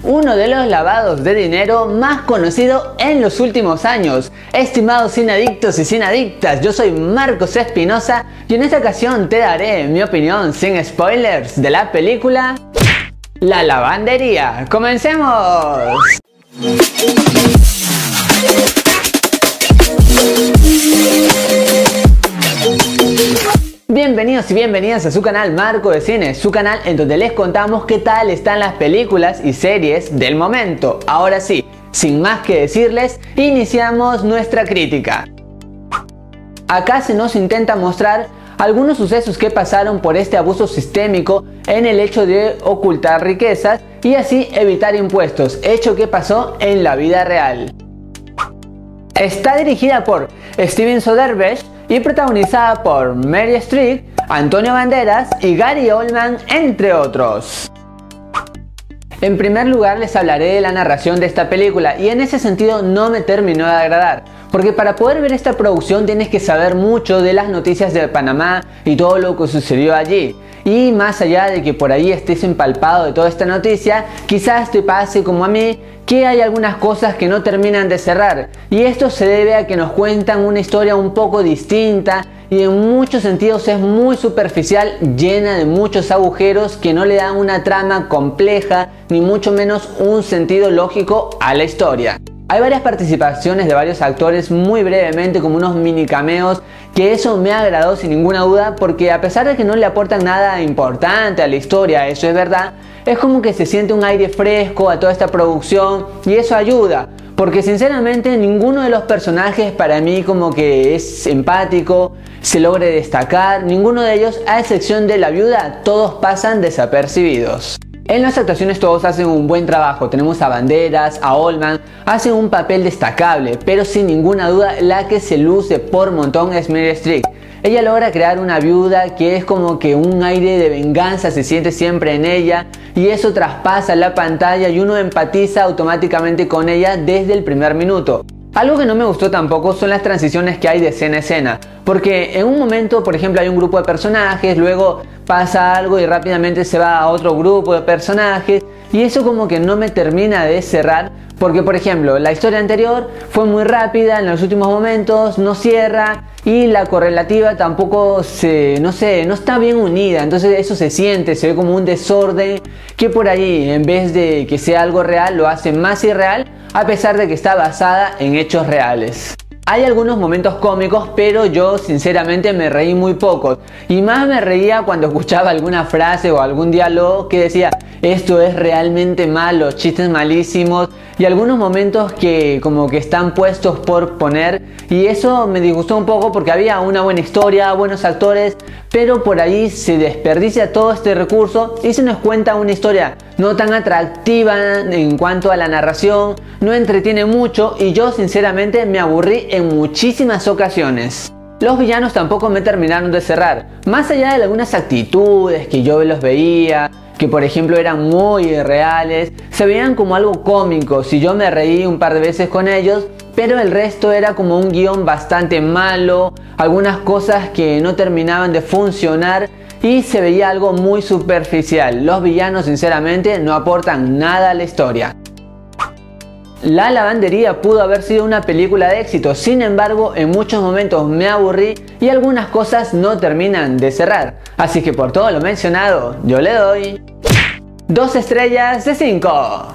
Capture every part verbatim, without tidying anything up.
uno de los lavados de dinero más conocido en los últimos años. Estimados cineadictos y cineadictas, yo soy Marcos Espinosa y en esta ocasión te daré mi opinión sin spoilers de la película La Lavandería. ¡Comencemos! Bienvenidos y bienvenidas a su canal Marco de Cine, su canal en donde les contamos qué tal están las películas y series del momento. Ahora sí, sin más que decirles, iniciamos nuestra crítica. Acá se nos intenta mostrar algunos sucesos que pasaron por este abuso sistémico en el hecho de ocultar riquezas y así evitar impuestos, hecho que pasó en la vida real. Está dirigida por Steven Soderbergh y protagonizada por Meryl Streep, Antonio Banderas y Gary Oldman, entre otros. En primer lugar les hablaré de la narración de esta película y en ese sentido no me terminó de agradar, porque para poder ver esta producción tienes que saber mucho de las noticias de Panamá y todo lo que sucedió allí. Y más allá de que por ahí estés empalpado de toda esta noticia, quizás te pase como a mí, que hay algunas cosas que no terminan de cerrar. Y esto se debe a que nos cuentan una historia un poco distinta y en muchos sentidos es muy superficial, llena de muchos agujeros que no le dan una trama compleja ni mucho menos un sentido lógico a la historia. Hay varias participaciones de varios actores muy brevemente, como unos mini cameos, que eso me agradó sin ninguna duda, porque a pesar de que no le aportan nada importante a la historia, eso es verdad, es como que se siente un aire fresco a toda esta producción y eso ayuda, porque sinceramente ninguno de los personajes para mí como que es empático, se logre destacar, ninguno de ellos, a excepción de la viuda, todos pasan desapercibidos. En las actuaciones todos hacen un buen trabajo, tenemos a Banderas, a Oldman, hacen un papel destacable, pero sin ninguna duda la que se luce por montón es Meryl Streep. Ella logra crear una viuda que es como que un aire de venganza se siente siempre en ella y eso traspasa la pantalla y uno empatiza automáticamente con ella desde el primer minuto. Algo que no me gustó tampoco son las transiciones que hay de escena a escena, porque en un momento, por ejemplo, hay un grupo de personajes, luego pasa algo y rápidamente se va a otro grupo de personajes y eso como que no me termina de cerrar, porque por ejemplo, la historia anterior fue muy rápida, en los últimos momentos no cierra y la correlativa tampoco se, no sé, no está bien unida, entonces eso se siente, se ve como un desorden que por ahí, en vez de que sea algo real, lo hace más irreal, a pesar de que está basada en hechos reales. Hay algunos momentos cómicos, pero yo sinceramente me reí muy poco. Y más me reía cuando escuchaba alguna frase o algún diálogo que decía esto es realmente malo, chistes malísimos y algunos momentos que como que están puestos por poner. Y eso me disgustó un poco porque había una buena historia, buenos actores, pero por ahí se desperdicia todo este recurso y se nos cuenta una historia no tan atractiva en cuanto a la narración, no entretiene mucho y yo sinceramente me aburrí en muchísimas ocasiones. Los villanos tampoco me terminaron de cerrar, más allá de algunas actitudes que yo los veía, que por ejemplo eran muy irreales, se veían como algo cómico, si yo me reí un par de veces con ellos, pero el resto era como un guión bastante malo, algunas cosas que no terminaban de funcionar y se veía algo muy superficial. Los villanos sinceramente no aportan nada a la historia. La Lavandería pudo haber sido una película de éxito, sin embargo en muchos momentos me aburrí y algunas cosas no terminan de cerrar. Así que por todo lo mencionado, yo le doy dos estrellas de cinco.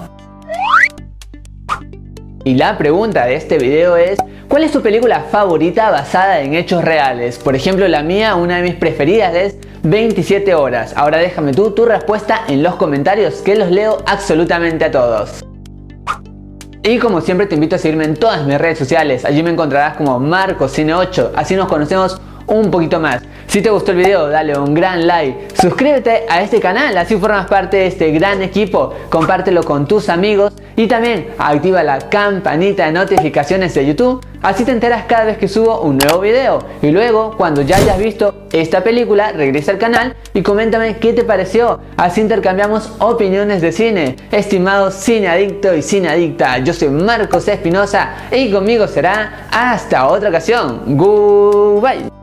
Y la pregunta de este video es, ¿cuál es tu película favorita basada en hechos reales? Por ejemplo, la mía, una de mis preferidas es veintisiete horas. Ahora déjame tú tu respuesta en los comentarios que los leo absolutamente a todos. Y como siempre te invito a seguirme en todas mis redes sociales, allí me encontrarás como MarcosCine ocho, así nos conocemos un poquito más. Si te gustó el video, dale un gran like, suscríbete a este canal, así formas parte de este gran equipo, compártelo con tus amigos y también activa la campanita de notificaciones de YouTube, así te enteras cada vez que subo un nuevo video. Y luego, cuando ya hayas visto esta película, regresa al canal y coméntame qué te pareció, así intercambiamos opiniones de cine. Estimado cineadicto y cineadicta, yo soy Marcos Espinosa y conmigo será hasta otra ocasión. Goodbye.